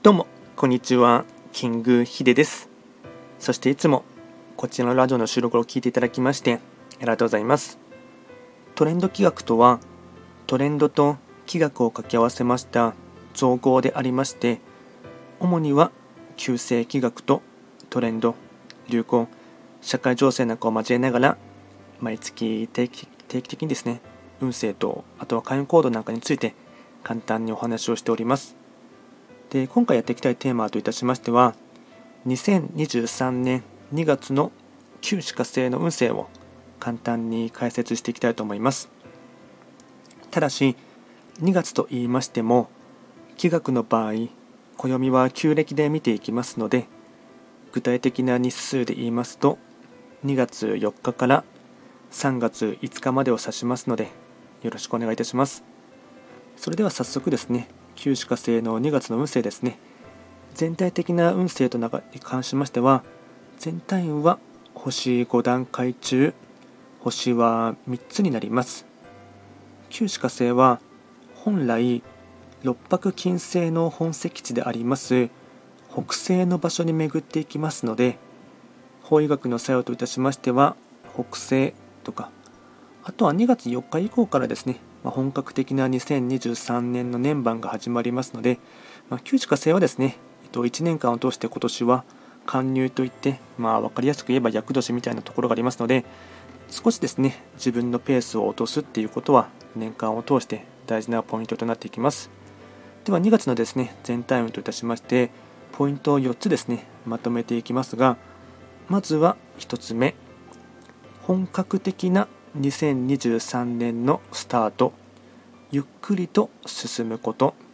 どうもこんにちは、キングヒデです。そしていつもこちらのラジオの収録を聞いていただきましてありがとうございます。トレンド企画とは、トレンドと企画を掛け合わせました造語でありまして、主には旧世企画とトレンド、流行、社会情勢なんかを交えながら毎月定期的にですね、運勢とあとは開運行動なんかについて簡単にお話をしております。で、今回やっていきたいテーマといたしましては、2023年2月の旧歯科星の運勢を簡単に解説していきたいと思います。ただし2月と言いましても、気学の場合暦は旧暦で見ていきますので、具体的な日数で言いますと2月4日から3月5日までを指しますので、よろしくお願いいたします。それでは早速ですね、旧歯科星の2月の運勢ですね。全体的な運勢とに関しましては、全体運は星5段階中星は3つになります。旧歯科星は本来六白金星の本石地であります北西の場所に巡っていきますので、法医学の作用といたしましては北西とか、あとは2月4日以降からですね、本格的な2023年の年番が始まりますので、旧歯科星はですね、1年間を通して今年は貫入といって、分かりやすく言えば厄年みたいなところがありますので、少しですね、自分のペースを落とすっていうことは年間を通して大事なポイントとなっていきます。では2月のですね、全体運といたしまして、ポイントを4つですね、まとめていきますが、まずは1つ目、本格的な2023年のスタート、ゆっくりと進むこと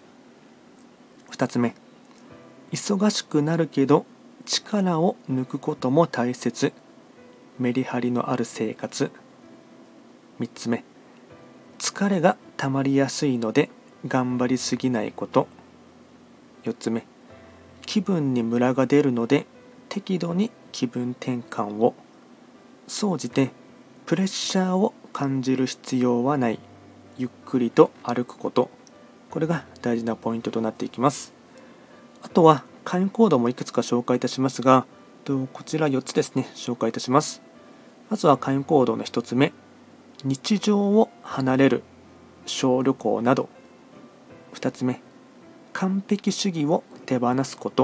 。2つ目、忙しくなるけど力を抜くことも大切、メリハリのある生活。3つ目、疲れがたまりやすいので頑張りすぎないこと。4つ目、気分にムラが出るので適度に気分転換を。総じてプレッシャーを感じる必要はない、ゆっくりと歩くこと。これが大事なポイントとなっていきます。あとは開運行動もいくつか紹介いたしますが、こちら4つですね、紹介いたします。まずは開運行動の1つ目、日常を離れる、小旅行など。2つ目、完璧主義を手放すこと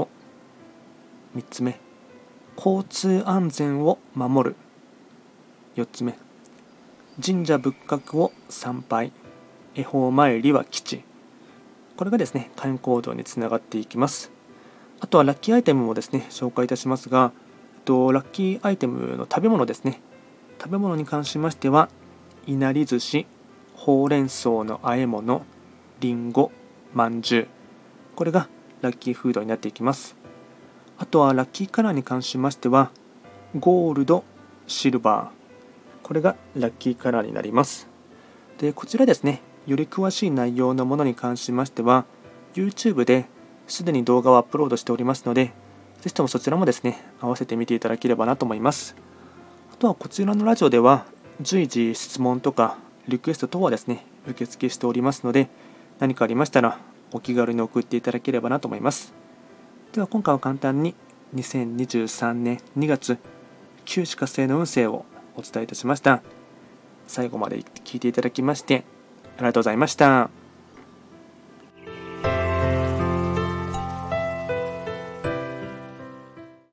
。3つ目、交通安全を守る。4つ目、神社仏閣を参拝、恵方参りは吉。これがですね、開運行動につながっていきます。あとはラッキーアイテムもですね、紹介いたしますが、ラッキーアイテムの食べ物ですね。食べ物に関しましては、いなり寿司、ほうれん草の和え物、りんご、まんじゅう。これがラッキーフードになっていきます。あとはラッキーカラーに関しましては、ゴールド、シルバー。これがラッキーカラーになります。で、こちらですね、より詳しい内容のものに関しましては、YouTube ですでに動画をアップロードしておりますので、ぜひともそちらもですね、合わせてみていただければなと思います。あとはこちらのラジオでは、随時質問とかリクエスト等はですね、受付しておりますので、何かありましたらお気軽に送っていただければなと思います。では今回は簡単に2023年2月旧歯科星の運勢をお伝えいたしました。最後まで聞いていただきましてありがとうございました。